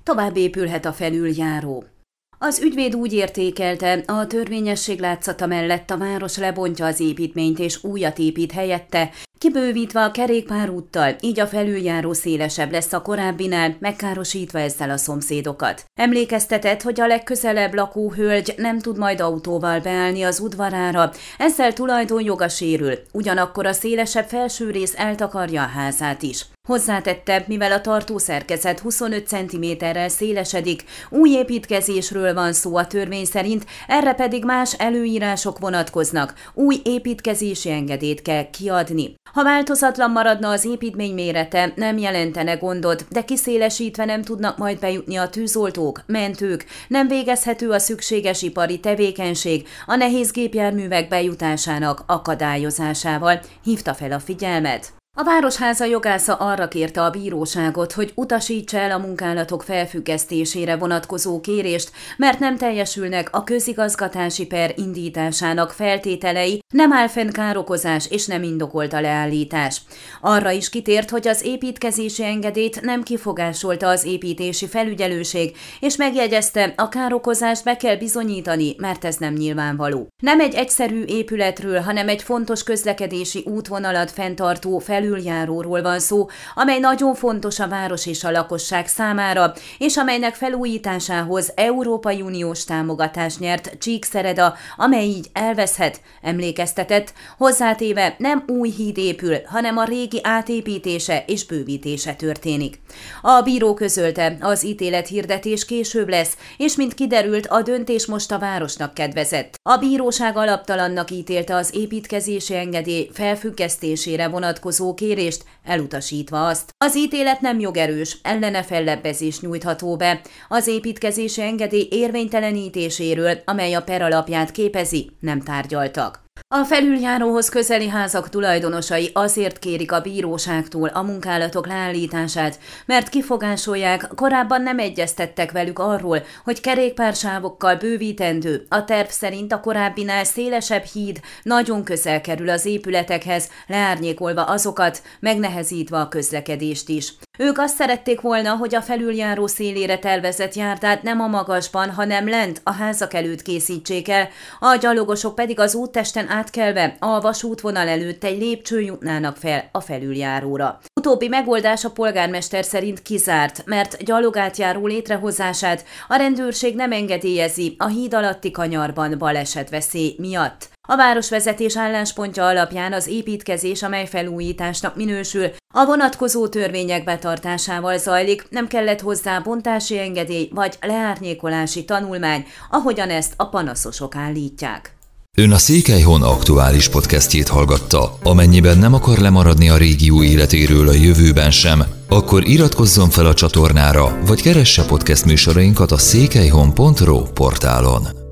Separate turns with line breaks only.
tovább épülhet a felüljáró. Az ügyvéd úgy értékelte, a törvényesség látszata mellett a város lebontja az építményt és újat épít helyette, kibővítve a kerékpárúttal, így a felüljáró szélesebb lesz a korábbinál, megkárosítva ezzel a szomszédokat. Emlékeztetett, hogy a legközelebb lakó hölgy nem tud majd autóval beállni az udvarára, ezzel tulajdonjoga sérül, ugyanakkor a szélesebb felső rész eltakarja a házát is. Hozzátette, mivel a tartószerkezet 25 cm-rel szélesedik, új építkezésről van szó a törvény szerint, erre pedig más előírások vonatkoznak, új építkezési engedélyt kell kiadni. Ha változatlan maradna az építmény mérete, nem jelentene gondot, de kiszélesítve nem tudnak majd bejutni a tűzoltók, mentők, nem végezhető a szükséges ipari tevékenység, a nehéz gépjárművek bejutásának akadályozásával, hívta fel a figyelmet. A Városháza jogásza arra kérte a bíróságot, hogy utasítsa el a munkálatok felfüggesztésére vonatkozó kérést, mert nem teljesülnek a közigazgatási per indításának feltételei, nem áll fenn károkozás és nem indokolt a leállítás. Arra is kitért, hogy az építkezési engedélyt nem kifogásolta az építési felügyelőség, és megjegyezte, a károkozást be kell bizonyítani, mert ez nem nyilvánvaló. Nem egy egyszerű épületről, hanem egy fontos közlekedési útvonalat fenntartó felüljáróról van szó, amely nagyon fontos a város és a lakosság számára, és amelynek felújításához Európai Uniós támogatást nyert Csíkszereda, amely így elveszhet, emlékeztetett, hozzátéve nem új híd épül, hanem a régi átépítése és bővítése történik. A bíró közölte, az ítélethirdetés később lesz, és mint kiderült, a döntés most a városnak kedvezett. A bíróság alaptalannak ítélte az építkezési engedély felfüggesztésére vonatkozó kérést, elutasítva azt. Az ítélet nem jogerős, ellene fellebbezést nyújtható be az építkezési engedély érvénytelenítéséről, amely a per alapját képezi, nem tárgyaltak. A felüljáróhoz közeli házak tulajdonosai azért kérik a bíróságtól a munkálatok leállítását, mert kifogásolják, korábban nem egyeztettek velük arról, hogy kerékpársávokkal bővítendő, a terv szerint a korábbinál szélesebb híd nagyon közel kerül az épületekhez, leárnyékolva azokat, megnehezítve a közlekedést is. Ők azt szerették volna, hogy a felüljáró szélére tervezett járdát nem a magasban, hanem lent a házak előtt készítsék el, a gyalogosok pedig az úttesten átkelve a vasútvonal előtt egy lépcsőn jutnának fel a felüljáróra. Utóbbi megoldás a polgármester szerint kizárt, mert gyalogátjáró létrehozását a rendőrség nem engedélyezi a híd alatti kanyarban balesetveszély miatt. A városvezetés álláspontja alapján az építkezés, amely felújításnak minősül, a vonatkozó törvények betartásával zajlik, nem kellett hozzá bontási engedély vagy leárnyékolási tanulmány, ahogyan ezt a panaszosok állítják.
Ön a Székelyhon aktuális podcastjét hallgatta. Amennyiben nem akar lemaradni a régió életéről a jövőben sem, akkor iratkozzon fel a csatornára, vagy keresse podcast műsorainkat a székelyhon.ro portálon.